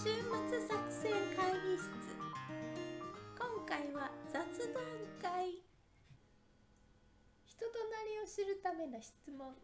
週末作戦会議室。今回は雑談会。人となりを知るための質問。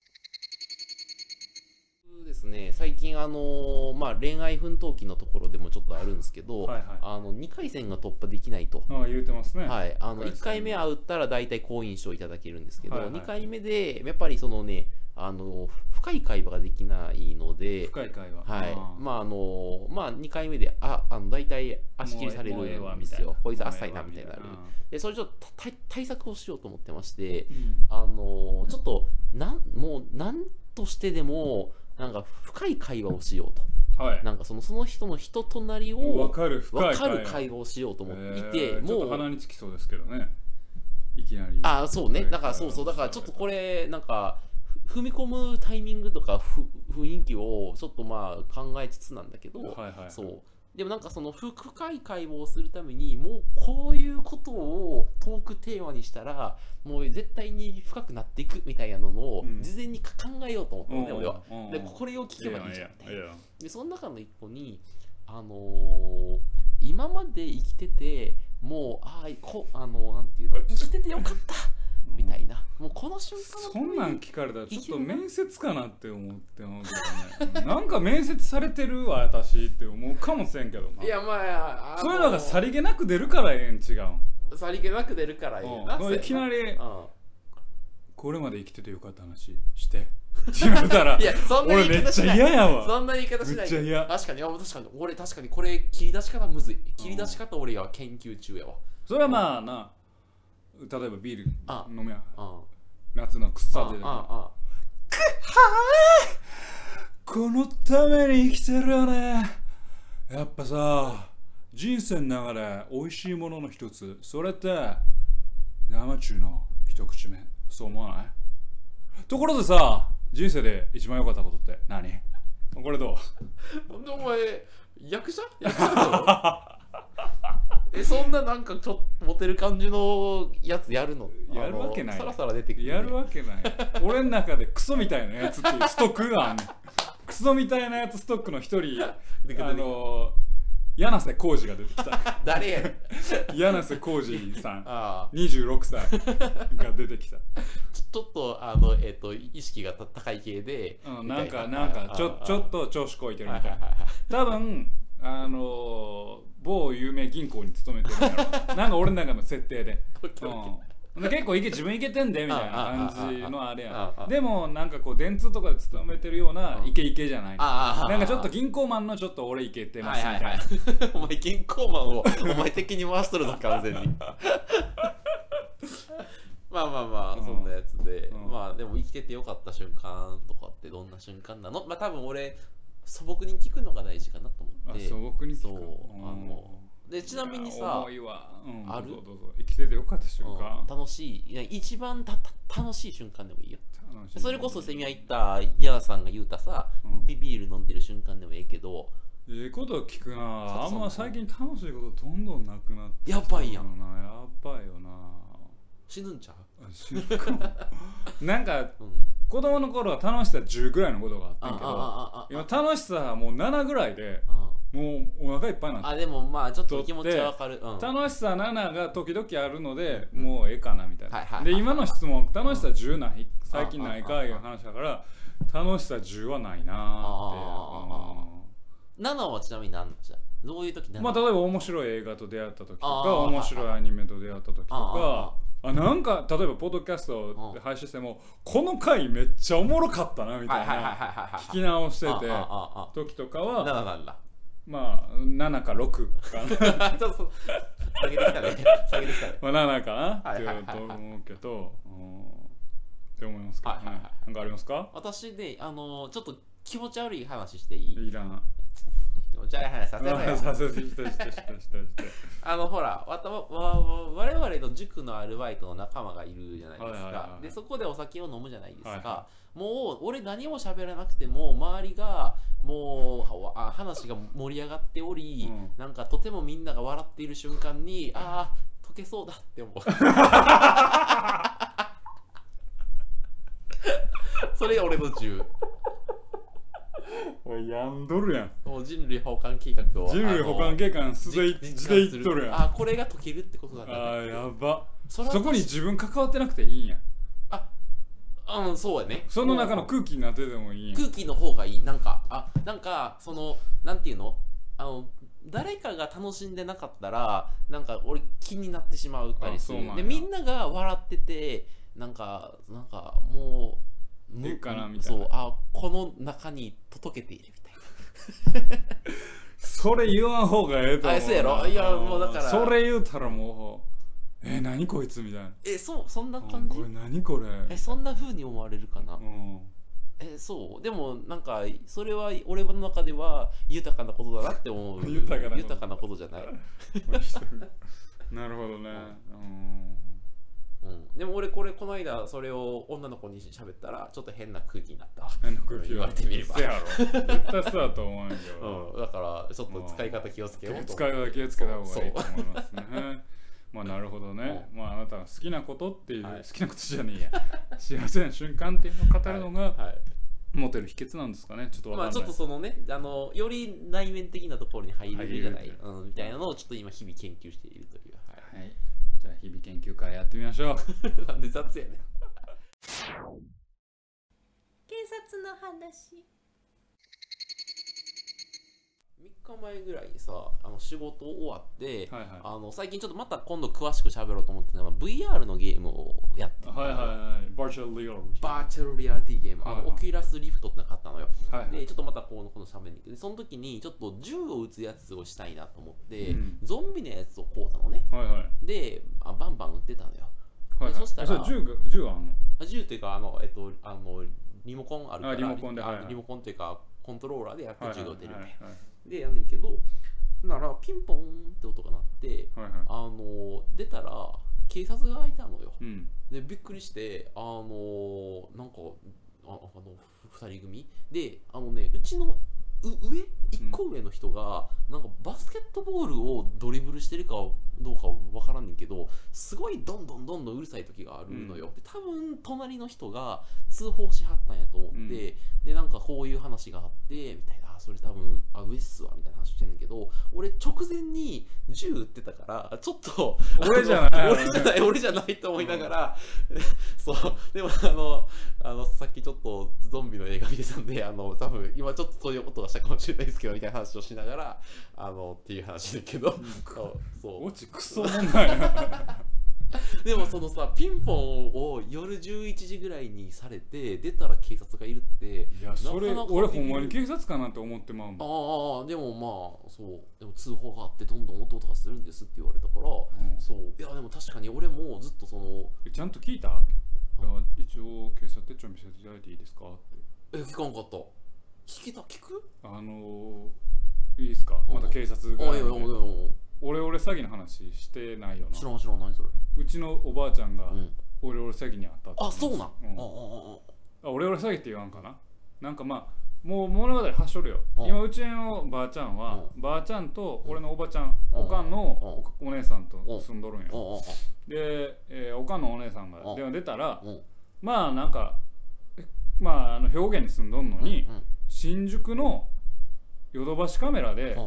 ですね、最近恋愛奮闘記のところでもちょっとあるんですけど、2回戦が突破できないと。 言うてますね。 はい、1回目会ったら大体好印象いただけるんですけど、2回目でやっぱりそのね、深い会話ができないので、 深い会話。 はい、2回目で大体足切りされるんですよ。こいつ浅いなみたいになる。でそれちょっと対策をしようと思ってまして、ちょっと何としてでもなんか深い会話をしようと、なんかその人の人となりを分かる会話をしようと思っていて、 もうちょっと鼻につきそうですけどね、いきなり。 そうね、だからそうだからちょっとこれなんか踏み込むタイミングとか雰囲気をちょっと考えつつなんだけど、そうでもなんかその深い会話をするためにもうこういうことをトークテーマにしたらもう絶対に深くなっていくみたいなのを事前に考えようと思ったのね、俺は。でこれを聞けばいいじゃんって。でその中の一個に今まで生きててもうなんていうの、生きててよかったみたいな、もうこの瞬間そんなん聞かれたらちょっと面接かなって思って思うけどねなんか面接されてるわ私って思うかもしれんけどな。 いやそういうのがさりげなく出るからええん違うん。 さりげなく出るからええな。 いきなりこれまで生きててよかった話してって言われたら俺めっちゃ嫌やわ。 そんな言い方しない。 めっちゃ嫌。 確かに俺確かにこれ切り出し方むずい。切り出し方俺は研究中やわ。 それは例えばビール飲みや夏の草でこのために生きてるよね。やっぱさ人生の中で美味しいものの一つ、それって生中の一口目、そう思わない？ところでさ、人生で一番良かったことって何？これどう？ なんでお前役者そんななんかちょっとモテる感じのやつやるの？ やるわけない。 さらさら出てくる、 やるわけない。俺の中でクソみたいなやつっていうストックがあんねん。クソみたいなやつストックの一人、柳瀬浩二が出てきた。 誰や？ 柳瀬浩二さん、26歳が出てきた。 ちょっと意識が高い系で、 なんかちょっと調子こいてるみたいな。多分某有名銀行に勤めてるからなんか俺の中の設定で、結構自分いけてんでみたいな感じのあれやん。でもなんかこう電通とかで勤めてるようなイケイケじゃない。なんかちょっと銀行マンのちょっと俺イケてますみたいな。 お前銀行マンをお前的に回しとるぞ完全にそんなやつで、でも生きててよかった瞬間とかってどんな瞬間なの？多分俺素朴に聞くのが大事かなと思って。 素朴に聞く。 そうでちなみにさ、 ある？どうぞ生きててよかった瞬間。 楽しい、一番楽しい瞬間でもいいよ。それこそセミは言った矢田さんが言うたさ、ビール飲んでる瞬間でもいいけど。 ええこと聞くな。あんま最近楽しいことどんどんなくなってやばいやん。 やばいよな。 死ぬんちゃう？ 死ぬかも。なんか子供の頃は楽しさ10ぐらいのことがあってんけど、今楽しさはもう7ぐらいでもうお腹いっぱいになって。 でもちょっと気持ちはわかる。 楽しさ7が時々あるのでもうええかなみたいな。で今の質問、楽しさ10ない最近ないかいう話だから楽しさ10はないなーって。 7はちなみに何じゃ？どういう時？例えば面白い映画と出会った時とか面白いアニメと出会った時とか、なんか例えばポッドキャストで配信してもこの回めっちゃおもろかったなみたいな聞き直してて時とかは 7なんだ。 7か6かな。 ちょっと下げてきたね。下げてきたね。 7かなって言うと思うけどって思いますけどね。なんかありますか？ 私でちょっと気持ち悪い話していい？ いらん。 気持ち悪い話させろよ。ほら我々の塾のアルバイトの仲間がいるじゃないですか。でそこでお酒を飲むじゃないですか。もう俺何も喋らなくても周りがもう話が盛り上がっており、なんかとてもみんなが笑っている瞬間に溶けそうだって思う。それが俺の10。 やんどるやん。 もう人類保管計画を人類保管計画素でいっとるやん。 あ、これが解けるってことだね。 あ、やば。 そこに自分関わってなくていいんや。 そうやね。 その中の空気になっててもいいんや。 空気の方がいい。なんかそのなんていうの、誰かが楽しんでなかったらなんか俺気になってしまうたりする。でみんなが笑っててなんかもういいかなみたいな。 そう、この中に届けているみたいな。 それ言わん方がええと思う。 そうやろ。いやもうだからそれ言うたらもう何こいつみたいな。 そんな感じ。 これ何これ。 そんな風に思われるかな。そうでもなんかそれは俺の中では豊かなことだなって思う。豊かなことじゃない。 なるほどね。 でも俺この間それを女の子に喋ったらちょっと変な空気になった。 変な空気言われてみれば。 せやろ。絶対そうだと思うんやけど。 だからちょっと使い方気をつけようと。 使い方気をつけた方がいいと思いますね。まあなるほどね。まああなたが好きなことっていう、好きなことじゃねえや。幸せな瞬間っていうのを語るのがモテる秘訣なんですかね。ちょっとわかんない。 まあちょっとそのね、より内面的なところに入れるじゃない、みたいなのをちょっと今日々研究しているという。 はい。じゃあ日々研究会やってみましょう。なんで雑やねん。 警察の話。 3日前ぐらいにさ、仕事終わって、最近ちょっとまた今度詳しく喋ろうと思ってたのが VR のゲームをやってた。 バーチャルリアリティゲーム、オキュラスリフトっての買ったのよ。で、ちょっとまたこの喋るんだけど、その時にちょっと銃を撃つやつをしたいなと思って、ゾンビのやつを買うたのね。で、バンバン撃ってたのよ。そしたら銃はあんの？ 銃っていうかリモコンあるから、リモコンっていうかコントローラーでやって銃が撃てるね。でやんねんけど、ならピンポンって音が鳴って、出たら警察がいたのよ。でびっくりして、なんか2人組でうちの1個上の人がなんかバスケットボールをドリブルしてるかどうかわからんねんけど、すごいどんどんうるさい時があるのよ。で多分隣の人が通報しはったんやと思って、でなんかこういう話があってみたいな、それ多分上っすわみたいな話してんだけど、俺直前に銃撃ってたからちょっと俺じゃないと思いながら、そうでもさっきちょっとゾンビの映画見てたんで、多分今ちょっとそういう音がしたかもしれないですけどみたいな話をしながらっていう話だけど、そうオチクソもないな。 でもそのさ、ピンポンを夜11時ぐらいにされて出たら警察がいるって、 いやそれ俺ほんまに警察かなって思ってまうもん。でもまあそう、でも通報があってどんどん音がするんですって言われたから、そういやでも確かに俺もずっとそのちゃんと聞いた？一応警察手帳見せていただいていいですかって。 聞かんかった。聞く？ いいですか？また警察が俺詐欺の話してないよな。 知らん何それ。 うちのおばあちゃんが俺詐欺にあったって。 そうなん。 俺詐欺って言わんかな。なんかまあもう物語はしょるよ。今うちのばあちゃんはばあちゃんと俺のおばちゃん、おかんのお姉さんと住んどるんよ。でおかんのお姉さんが電話出たら、まあなんかまあ兵庫県に住んどんのに新宿のヨドバシカメラで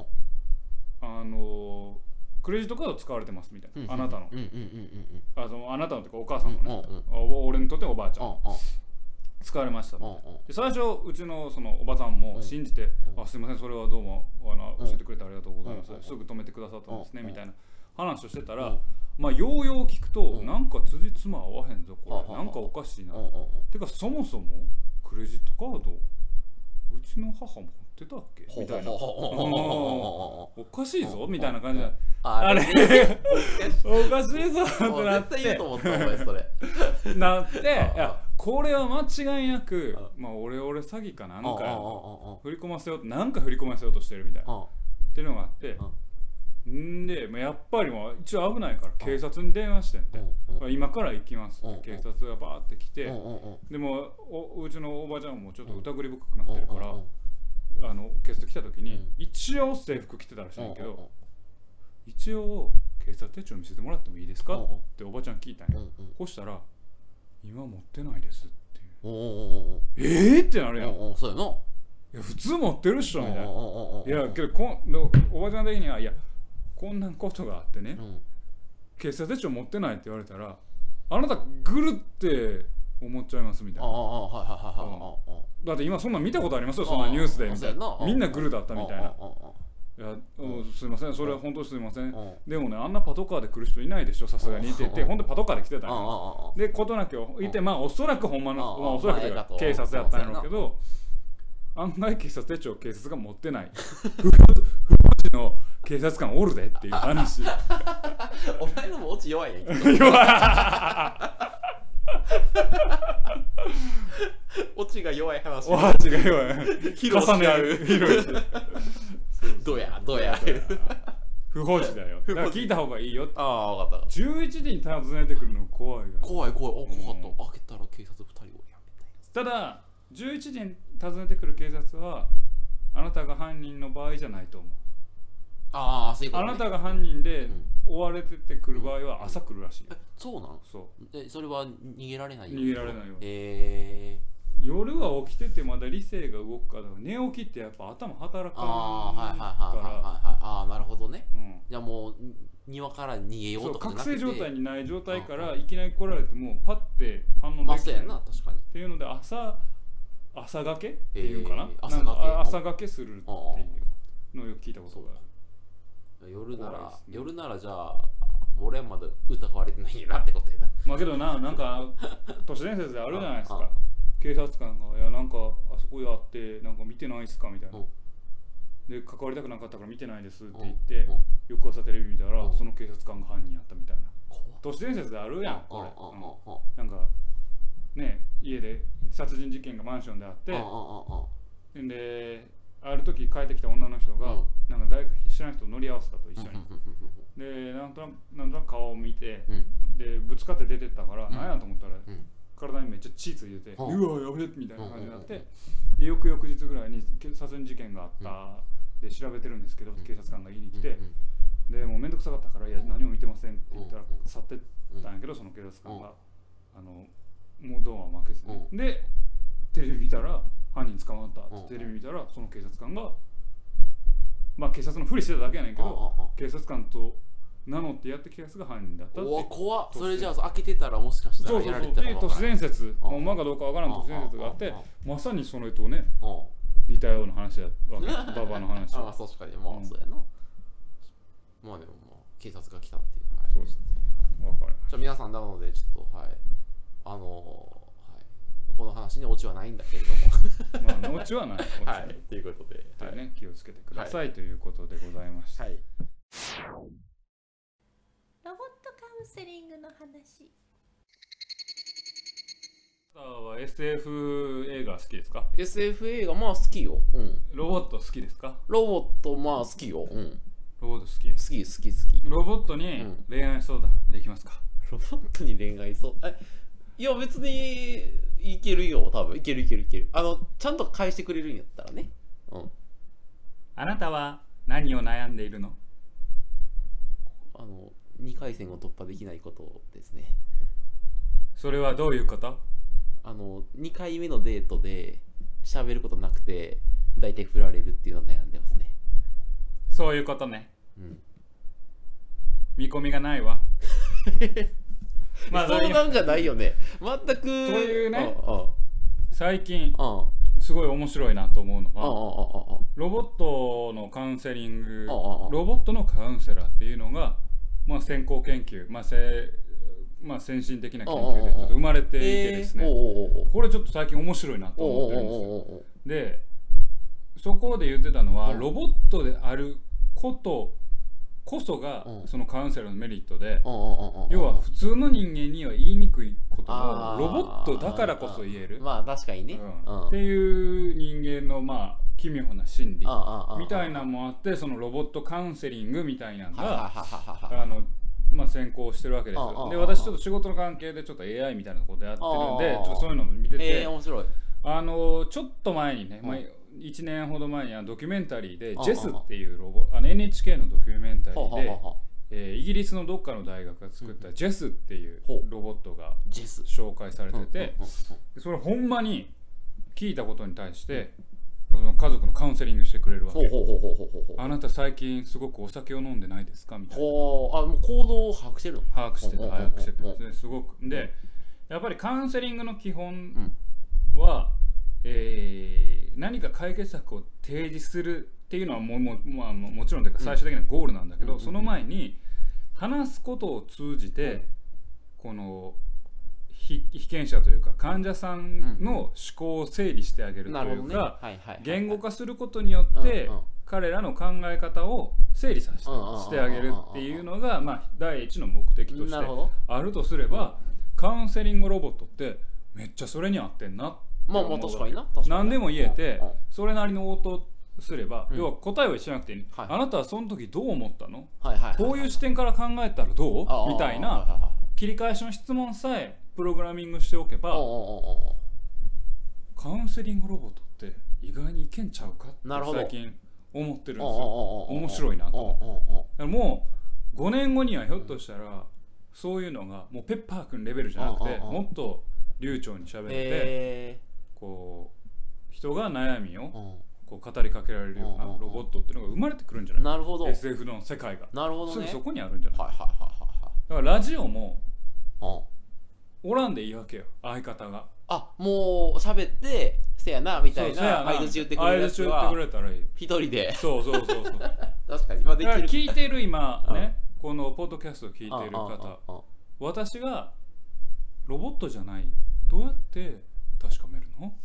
クレジットカード使われてますみたいな、あなたのあなたのっていうかお母さんのね、俺にとっておばあちゃん使われましたで最初うちのそのおばさんも信じて「すいませんそれはどうも教えてくれてありがとうございます、すぐ止めてくださったんですね」みたいな話をしてたら、まあようよう聞くとなんか辻褄合わへんぞこれ、なんかおかしいな。てかそもそもクレジットカードうちの母持ってたっけみたいな、おかしいぞみたいな感じで、あれおかしいぞってなって、 絶対言うと思ったお前それなって、いやこれは間違いなくまあオレオレ詐欺かなんか振り込ませようなんか振り込ませようとしてるみたいなっていうのがあって、んでやっぱりもう一応危ないから警察に電話してんて、今から行きますって警察がバーって来て、でもうちのおばちゃんもちょっと疑り深くなってるから警察来た時に一応制服着てたらしいんだけど、一応警察手帳見せてもらってもいいですかっておばちゃん聞いたんや。そしたら今持ってないですっていう。ってなるやん。 そうやな。 や普通持ってるっしょみたいな。いやけどおばちゃん的にはいやこんなことがあってね、警察手帳持ってないって言われたらあなたグルって思っちゃいますみたいな。だって今そんなん見たことありますよ、そんなニュースでみたいな。みんなグルだったみたいな。いやすいません、それは本当にすいません。でもね、あんなパトカーで来る人いないでしょ、さすがにって言って、本当にパトカーで来てたんよ。で、事なきを言って、まあおそらくほんまの、おそらく警察やったんやろうけど、案外警察手帳警察が持ってない。不法地の警察官おるでっていう話。 お前のもオチ弱いやん。オチが弱い話。 オチが弱い。 重ね合う。どや。 不法地だよ。だから聞いた方がいいよ。 ああ、分かった。 11時に訪ねてくるの怖いよ。 怖い。怖かった。開けたら警察2人おるやん。 ただ、11時に訪ねてくる警察は、あなたが犯人の場合じゃないと思う。 ああ、そういうことね。 あなたが犯人で追われててくる場合は朝来るらしい。 そうなん？ そう。 で、それは逃げられないよ。 逃げられないよ。夜は起きててまだ理性が動くから、寝起きってやっぱ頭働かないから。 ああ、なるほどね。じゃあもう庭から逃げようとかじゃなくて、 覚醒状態にない状態からいきなり来られてもパッて反応できない。 まあそうやな、確かに。 っていうので朝がけっていうかな、朝がけするっていうのをよく聞いたことがある。 夜ならじゃあ俺はまだ疑われてないんやなってことやな。 まあけどなんか都市伝説であるじゃないですか。警察官が「いやなんかあそこやってなんか見てないっすか?」みたいな。で関わりたくなかったから見てないですって言って翌朝テレビ見たらその警察官が犯人やったみたいな。都市伝説であるやんこれ。なんかね、家で殺人事件がマンションであってである時帰ってきた女の人がなんか誰か知らない人と乗り合わせたと一緒に。でなんとなく顔を見てでぶつかって出てったから何やと思ったら体にめっちゃ血ついててうわやべえみたいな感じになってで翌々日ぐらいに殺人事件があったで調べてるんですけど警察官が言いに来てでもうめんどくさかったから「いや何も見てません」って言ったら去ってったんやけどその警察官がもうドアを開けずにでテレビ見たら犯人捕まったってテレビ見たらその警察官がまあ警察のふりしてただけやねんけど警察官と名乗ってやってきたやつが犯人だったって。 おわ怖っ。それじゃあ開けてたらもしかしたらやられてたかも。 都市伝説ほんまかどうかわからん都市伝説があってまさにそれとね似たような話やわけババの話は。確かにまあそうやな。まあでも警察が来たっていう。 そうですね。わかりました。 皆さんなのでちょっとこの話にオチはないんだけれどもまあオチはないはいということではいね気をつけてくださいということでございました。 はいロボットカウンセリングの話。 は SF 映画好きですか？ SF 映画まあ好きよ。 ロボット好きですか？ ロボットまあ好きよ。 ロボット好き。 好き。 ロボットに恋愛相談できますか？ ロボットに恋愛相談いや別にいけるよ多分いけるちゃんと返してくれるんやったらね。 あなたは何を悩んでいるの ？2回戦を突破できないことですね。 それはどういうこと？ 2回目のデートで喋ることなくて大体振られるっていうのを悩んでますね。 そういうことね。見込みがないわ。 まあ相談じゃないよね全く。というね最近すごい面白いなと思うのはロボットのカウンセリングロボットのカウンセラーっていうのがまあ先行研究先進的な研究でちょっと生まれていてですねこれちょっと最近面白いなと思ってるんですよ。でそこで言ってたのはロボットであることこそがそのカウンセラーのメリットで要は普通の人間には言いにくいこともロボットだからこそ言えるまあ確かにねっていう人間のまあ奇妙な心理みたいなのもあってそのロボットカウンセリングみたいなのがまあ先行してるわけですよ。で私ちょっと仕事の関係でちょっと AI みたいなことやってるんでちょっとそういうのも見てて面白い。 ちょっと前にね1年ほど前にドキュメンタリーでジェスっていうロボNHK のドキュメンタリーでイギリスのどっかの大学が作ったジェスっていうロボットが紹介されててそれほんまに聞いたことに対して家族のカウンセリングしてくれるわけ。 ほうほうほうほうほうほうほう。 あなた最近すごくお酒を飲んでないですかみたいな。 ほう、あ、もう行動を把握してるの？ 把握してた、把握してた。 うんですごく。で、やっぱりカウンセリングの基本は、何か解決策を提示するっていうのはもちろんというか最終的なゴールなんだけど、その前に話すことを通じて、この被験者というか患者さんの思考を整理してあげるというか、言語化することによって彼らの考え方を整理させてあげるっていうのが、まあ、第一の目的としてあるとすれば、カウンセリングロボットってめっちゃそれに合ってんなって思うわけ。 確かにな。 何でも言えて、それなりの応答すれば、要は答えをしなくていい、あなたはその時どう思ったの、こういう視点から考えたらどうみたいな切り返しの質問さえプログラミングしておけば、カウンセリングロボットって意外にいけんちゃうかって最近思ってるんですよ。面白いなと。もう5年後にはひょっとしたらそういうのがもうペッパーくんレベルじゃなくて、もっと流暢に喋って、こう人が悩みをこう語りかけられるようなロボットっていうのが生まれてくるんじゃない？ なるほど。 SF の世界がすぐそこにあるんじゃない？だからラジオもおらんでいいわけよ、相方が。 あ、もう喋ってせやなみたいな相槌打ってくれるやつは一人で。 そう確かに、まあ、できる。 聞いてる今ね、このポッドキャストを聞いている方、私がロボットじゃない、どうやって確かめるの？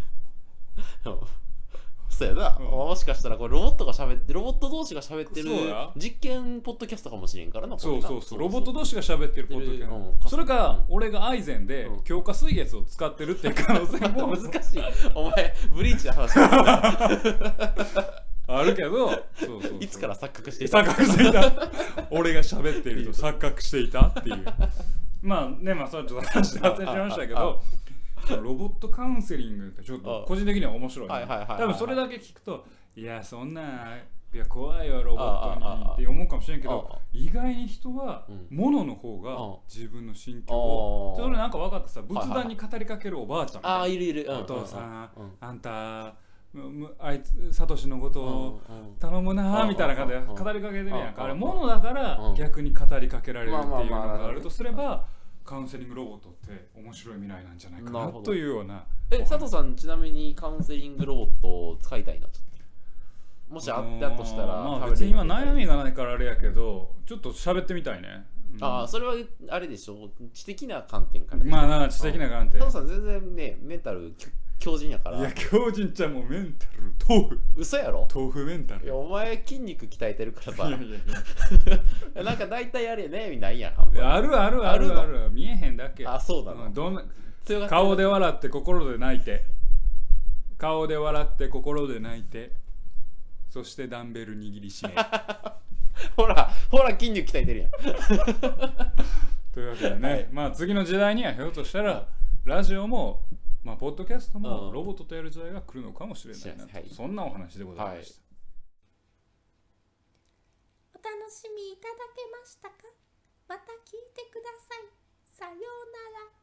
そうやな、もしかしたらこれロボット同士が喋ってる実験ポッドキャストかもしれんからな。 そうロボット同士が喋ってるポッドキャスト。それか俺がアイゼンで強化水月を使ってるっていう可能性も難しい。お前ブリーチの話あるけど、 いつから錯覚していた俺が喋っていると錯覚していたっていう。まあね、まあそれはちょっと話脱線しましたけど、ロボットカウンセリングってちょっと個人的には面白い。多分それだけ聞くと、いやそんないや怖いわロボットにって思うかもしれんけど、意外に人は物の方が自分の心境を、それなんか分かってさ、仏壇に語りかけるおばあちゃん、 いる、 お父さんあんたあいつサトシのことを頼むなみたいな感じで語りかけてるやんか。あれ物だから逆に語りかけられるっていうのがあるとすれば、カウンセリングロボットって面白い未来なんじゃないかなというような。 佐藤さんちなみにカウンセリングロボットを使いたいな、もしあったとしたら。 まあ別に今悩みがないからあれやけど、ちょっと喋ってみたいね。 それはあれでしょ、知的な観点から。 まあ知的な観点。 佐藤さん全然ねメンタル強靭やから。 いや強靭ちゃんもうメンタル豆腐。 嘘やろ？ 豆腐メンタル。 いやお前筋肉鍛えてるからさ。なんか大体あれねみたいやん。 ある見えへんだけ。 あ、そうだな。 顔で笑って心で泣いて、顔で笑って心で泣いて、そしてダンベル握りしめ。 ほら筋肉鍛えてるやん。 というわけでね、まあ次の時代にはひょっとしたらラジオもまあポッドキャストもロボットとやる時代が来るのかもしれないな、そんなお話でございました。 お楽しみいただけましたか？また聞いてください。さようなら。